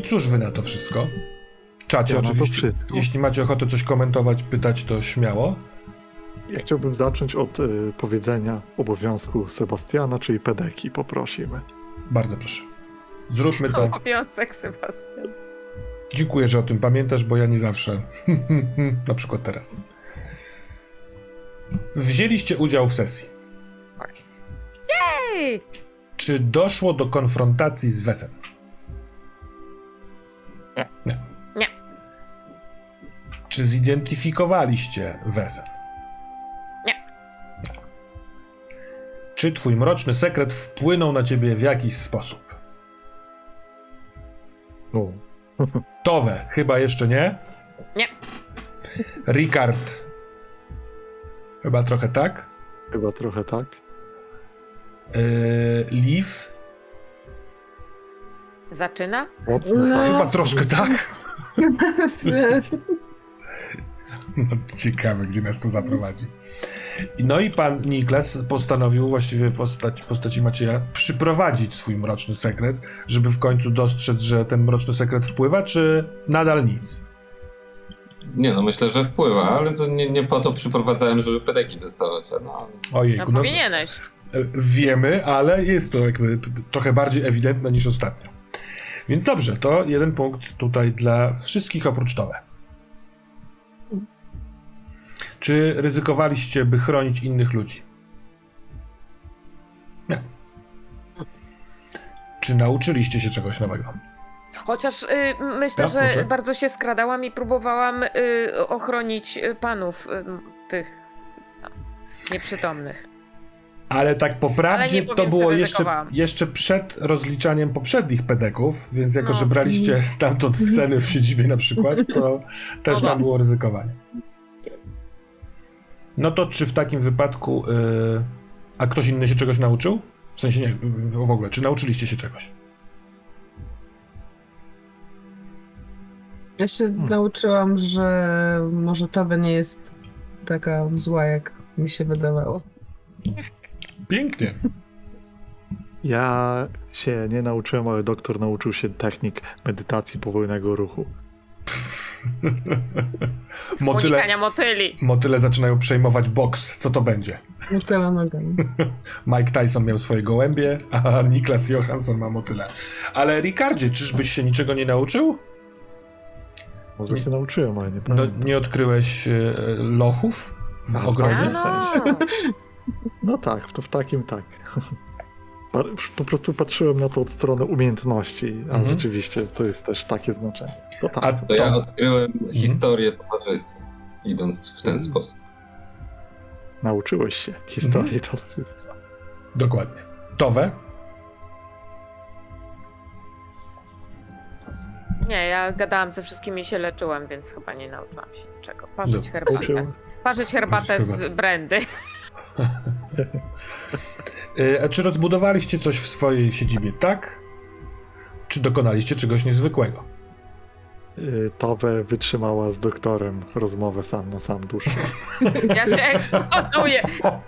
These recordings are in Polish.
cóż wy na to wszystko? Czacie Ja na to oczywiście, wszystko. jeśli macie ochotę coś komentować, pytać, to śmiało. Ja chciałbym zacząć od powiedzenia obowiązku Sebastiana, czyli pedeki poprosimy. Bardzo proszę. Zróbmy to. Obowiązek Sebastian. Dziękuję, że o tym pamiętasz, bo ja nie zawsze. Na przykład teraz. Wzięliście udział w sesji. Ej! Czy doszło do konfrontacji z Wesem? Nie. Nie. Nie. Czy zidentyfikowaliście Wesa? Nie. Czy twój mroczny sekret wpłynął na ciebie w jakiś sposób? No. Towe, chyba jeszcze nie? Nie. Ricard? Chyba trochę tak? Chyba trochę tak. Liv? Zaczyna? Mocno No. tak. Chyba troszkę tak? Chyba No, ciekawe, gdzie nas to zaprowadzi. No i pan Niklas postanowił właściwie w postaci Macieja przyprowadzić swój mroczny sekret, żeby w końcu dostrzec, że ten mroczny sekret wpływa, czy nadal nic? Nie no, myślę, że wpływa, ale to nie po to przyprowadzałem, żeby pedeki dostawać. No. Ojejku, No powinieneś. wiemy, ale jest to jakby trochę bardziej ewidentne niż ostatnio. Więc dobrze, to 1 punkt tutaj dla wszystkich oprócz Towe. Czy ryzykowaliście, by chronić innych ludzi? Nie. Czy nauczyliście się czegoś nowego? Chociaż myślę, Ja, że proszę. bardzo się skradałam i próbowałam ochronić panów tych nieprzytomnych. Ale tak Ale poprawnie nie to powiem, było czy jeszcze, ryzykowałam. jeszcze przed rozliczaniem poprzednich pedeków, więc jako, No. że braliście stamtąd sceny w siedzibie na przykład, to też tam było ryzykowanie. No to czy w takim wypadku... a ktoś inny się czegoś nauczył? W sensie nie, w ogóle, czy nauczyliście się czegoś? Ja się nauczyłam, że może Towe nie jest taka zła, jak mi się wydawało. Pięknie. Ja się nie nauczyłem, ale doktor nauczył się technik medytacji powolnego ruchu. Unikania motyli. Motyle zaczynają przejmować boks. Co to będzie? Motela nogami. Mike Tyson miał swoje gołębie, a Niklas Johansson ma motyle. Ale Ricardzie, czyżbyś się niczego nie nauczył? Może się nauczyłem, ale nie No, pamiętam. nie odkryłeś lochów w ogrodzie? No. No tak, to w takim tak. Po prostu patrzyłem na to od strony umiejętności, a Mhm. rzeczywiście to jest też takie znaczenie. To tak. A To ja to, odkryłem historię towarzystwa, idąc w ten sposób. Nauczyłeś się historii towarzystwa. dokładnie. Towe? Nie, ja gadałam ze wszystkimi i się leczyłam, więc chyba nie nauczyłam się niczego. Parzyć Dobrze. herbatę. Nauczyłem. Parzyć herbatę z herbatę. brandy. A czy rozbudowaliście coś w swojej siedzibie, tak? Czy dokonaliście czegoś niezwykłego? Towe wytrzymała z doktorem rozmowę sam na sam dłuższą. Ja się eksploatuję.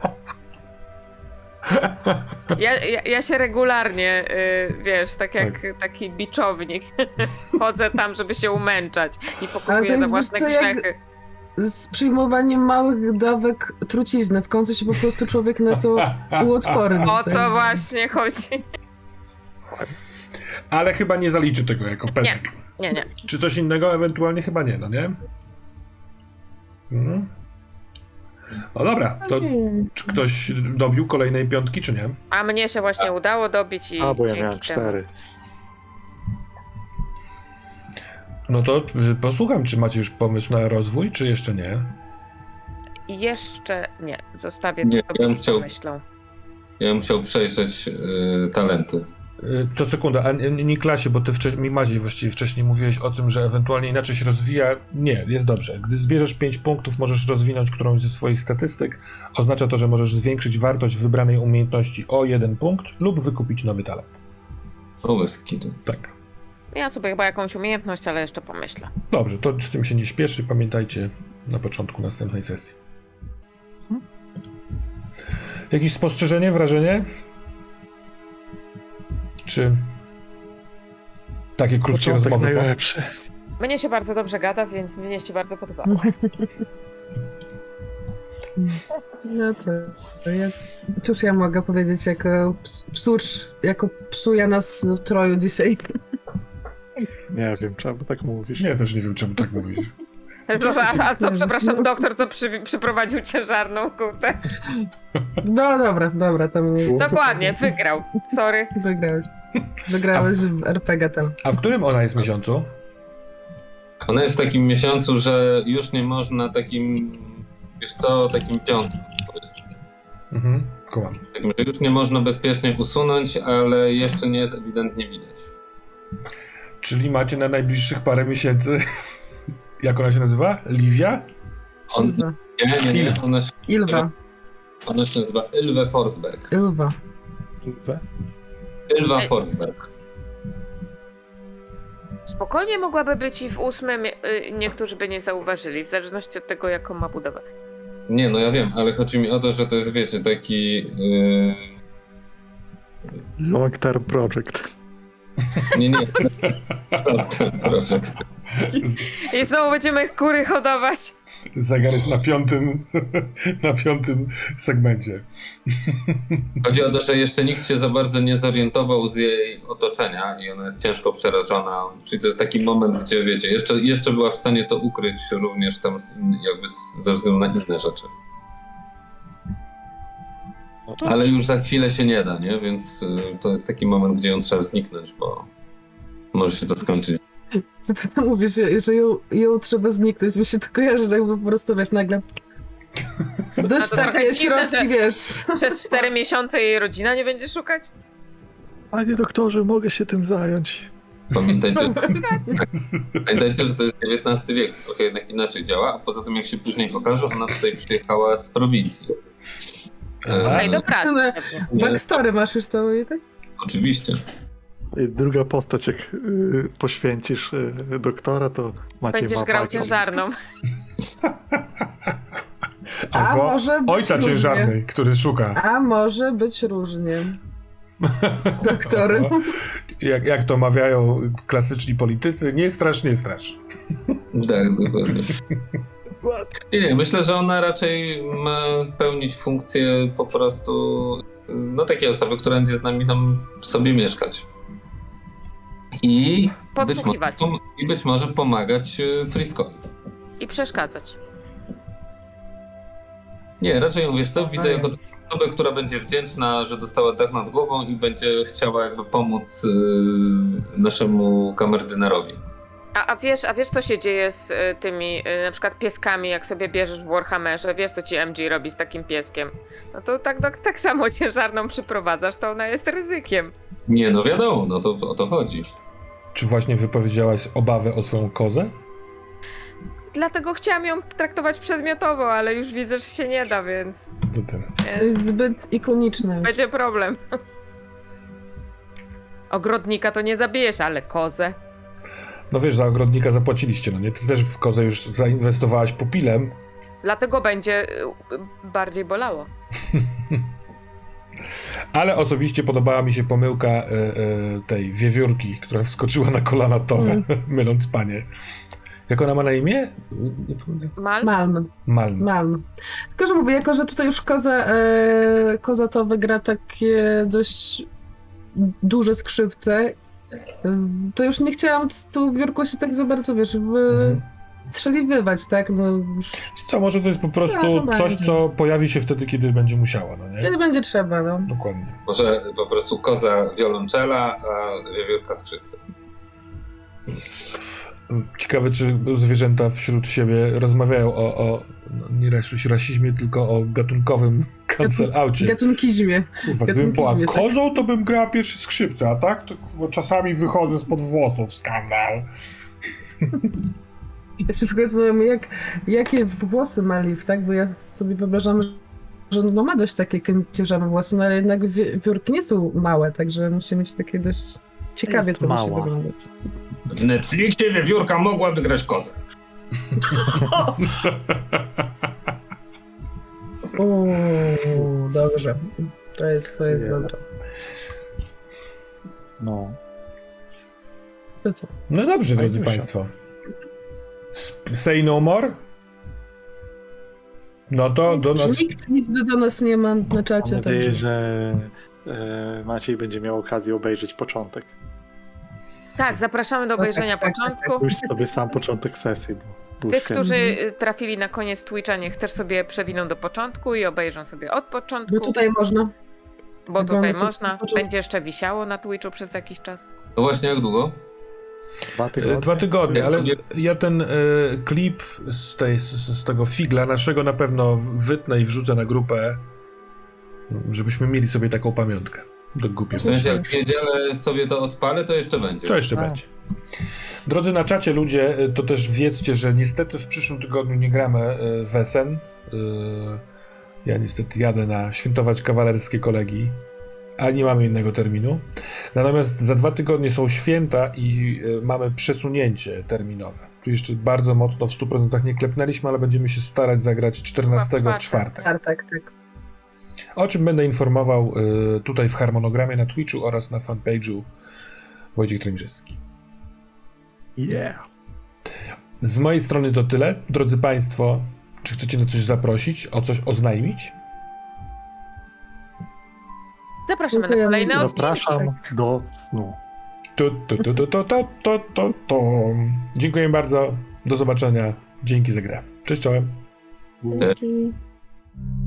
Ja się regularnie, wiesz, tak jak taki biczownik, chodzę tam, żeby się umęczać i Ale to pokupuję za jest, własne wiesz co, jak- grzechy. Z przyjmowaniem małych dawek trucizny. W końcu się po prostu człowiek na to uodporni. O to tak? właśnie chodzi. Ale chyba nie zaliczy tego jako pedek. Nie. Czy coś innego? Ewentualnie chyba nie, no nie? Mhm. No dobra, to czy ktoś dobił kolejnej piątki, czy nie? A mnie się właśnie udało dobić i A, bo ja dzięki miałem temu. 4. No to posłucham, czy macie już pomysł na rozwój, czy jeszcze nie? Jeszcze nie, zostawię Nie, to ja bym sobie chciał- myślą. Ja bym chciał przejrzeć talenty. To sekunda, a Niklasie, bo ty Maciej właściwie wcześniej mówiłeś o tym, że ewentualnie inaczej się rozwija. Nie, jest dobrze. Gdy zbierzesz 5 punktów, możesz rozwinąć którąś ze swoich statystyk. Oznacza to, że możesz zwiększyć wartość wybranej umiejętności o 1 punkt lub wykupić nowy talent. O, bez kitu. Tak. Ja sobie chyba jakąś umiejętność, ale jeszcze pomyślę. Dobrze, to z tym się nie śpieszy. Pamiętajcie na początku następnej sesji. Jakieś spostrzeżenie, wrażenie? Czy Takie krótkie Początek rozmowy. najlepszy. Mnie się bardzo dobrze gada, więc mnie się bardzo podobało. No to ja, cóż ja mogę powiedzieć jako jako psuja nas w troju dzisiaj. Nie wiem, czemu tak mówisz. Nie, też nie wiem, czemu tak mówisz. A co, przepraszam, doktor, co przyprowadził ciężarną kurde? No dobra, to mnie Dokładnie, wygrał. Sorry. Wygrałeś w RPG tam. A w którym ona jest miesiącu? Ona jest w takim miesiącu, że już nie można takim, wiesz co, takim piątym, powiedzmy. Mhm, kumam. Takim, że już nie można bezpiecznie usunąć, ale jeszcze nie jest ewidentnie widać. Czyli macie na najbliższych parę miesięcy... Jak ona się nazywa? Livia? Ilwa. Nie, Ilwa. ona się nazywa Ylwe Forsberg. Ilwa. Ylwa Ej. Forsberg. Spokojnie mogłaby być i w 8, niektórzy by nie zauważyli, w zależności od tego, jaką ma budowę. Nie, no ja wiem, ale chodzi mi o to, że to jest, wiecie, taki... Long term project. Nie. Ten projekt. I znowu będziemy kury hodować. Zegar jest na piątym segmencie. Chodzi o to, że jeszcze nikt się za bardzo nie zorientował z jej otoczenia i ona jest ciężko przerażona. Czyli to jest taki moment, gdzie wiecie, jeszcze była w stanie to ukryć również tam ze względu na inne rzeczy. Ale już za chwilę się nie da, nie? Więc to jest taki moment, gdzie ją trzeba zniknąć, bo może się to skończyć. Ty mówisz, że ją trzeba zniknąć. Mi się to kojarzy, że jakby po prostu, wiesz, nagle dość to trochę takie dziwne, środki, że- wiesz. Przez 4 miesiące jej rodzina nie będzie szukać? Panie doktorze, mogę się tym zająć. Pamiętajcie, że to jest XIX wiek, to trochę jednak inaczej działa, a poza tym jak się później okaże, ona tutaj przyjechała z prowincji. Aha. Ej, do pracy. Ale- pewnie. Backstory masz już całe, tak? Oczywiście. To jest druga postać, jak poświęcisz doktora, to macie Będziesz ma grał background. ciężarną. A Albo może być ojca różnie. ciężarnej, który szuka. A może być różnie. Z doktorem. Jak to mawiają klasyczni politycy, nie strasz, nie strasz. Tak, dokładnie. Nie, myślę, że ona raczej ma pełnić funkcję po prostu no takiej osoby, która będzie z nami tam sobie mieszkać. I Podsłuchiwać. być może pomagać Friskowi. I przeszkadzać. Nie, raczej ją, wiesz co, widzę jako osobę, która będzie wdzięczna, że dostała dach nad głową i będzie chciała jakby pomóc naszemu kamerdynerowi. A wiesz, co się dzieje z tymi na przykład pieskami, jak sobie bierzesz w Warhammerze? Wiesz, co ci MG robi z takim pieskiem? No to tak samo ciężarną przyprowadzasz, to ona jest ryzykiem. Nie, no wiadomo, no to o to chodzi. Czy właśnie wypowiedziałaś obawę o swoją kozę? Dlatego chciałam ją traktować przedmiotowo, ale już widzę, że się nie da, więc To ten. To jest zbyt ikoniczne. będzie problem. Ogrodnika to nie zabijesz, ale kozę. No wiesz, za ogrodnika zapłaciliście, no nie? Ty też w kozę już zainwestowałaś pupilem. Dlatego będzie bardziej bolało. Ale osobiście podobała mi się pomyłka tej wiewiórki, która wskoczyła na kolana Towe, myląc panie. Jak ona ma na imię? Nie pamiętam. Malm. Tylko, że mówię, jako że tutaj już koza to wygra takie dość duże skrzypce, to już nie chciałam z tą wiórką się tak za bardzo, wiesz, strzeliwywać, tak? No już Wiesz co, może to jest po prostu No, coś, będzie. co pojawi się wtedy, kiedy będzie musiała, no nie? kiedy będzie trzeba, no. Dokładnie. Może po prostu koza wiolonczela, a wiewiórka skrzypce. Ciekawe, czy zwierzęta wśród siebie rozmawiają o nie rasizmie, tylko o gatunkowym cancel-aucie. Gatunkizmie. Kurwa, gdybym była gatunkizmie, tak. kozą, to bym grała pierwsze skrzypce, a tak? To kurwa, czasami wychodzę spod włosów, skandal. Ja się pokazuję, jakie włosy ma Liv, tak? Bo ja sobie wyobrażam, że no ma dość takie ciężare włosy, no ale jednak wiórki nie są małe, także musi mieć takie dość ciekawie Jest to musi mała. wyglądać. W Netflixie wiewiórka mogłaby grać kozę. Dobrze. To jest Nie. dobre. No. To co? No dobrze, drodzy Fajnie się. państwo. Say no more? No to do nas... Nikt nic do nas nie ma na czacie. Mam nadzieję, także- że Maciej będzie miał okazję obejrzeć początek. Tak, zapraszamy do obejrzenia początku. Już sobie sam początek sesji. Bo był Tych, świetny. którzy trafili na koniec Twitcha, niech też sobie przewiną do początku i obejrzą sobie od początku, Bo tutaj można. bo jak tutaj mamy sobie można. początek. Będzie jeszcze wisiało na Twitchu przez jakiś czas. To właśnie jak długo? 2 tygodnie. 2 tygodnie, ale Sobie- ja ten klip z tego figla naszego na pewno wytnę i wrzucę na grupę, żebyśmy mieli sobie taką pamiątkę do głupie. W sensie jak w niedzielę sobie to odpalę, to jeszcze będzie. To jeszcze A. będzie. Drodzy na czacie ludzie, to też wiedzcie, że niestety w przyszłym tygodniu nie gramy w Essen. Ja niestety jadę świętować kawalerskie kolegi, a nie mamy innego terminu. Natomiast za 2 tygodnie są święta i mamy przesunięcie terminowe. Tu jeszcze bardzo mocno w 100% nie klepnęliśmy, ale będziemy się starać zagrać 14 w czwartek. Tak. O czym będę informował tutaj w harmonogramie na Twitchu oraz na fanpage'u Wojciech Tręgrzewski. Yeah. Z mojej strony to tyle. Drodzy Państwo, czy chcecie na coś zaprosić, o coś oznajmić? Zapraszamy na Dziękujemy. kolejne odcinki. Zapraszam do snu. Dziękuję bardzo. Do zobaczenia. Dzięki za grę. Cześć, czołem. Dzięki.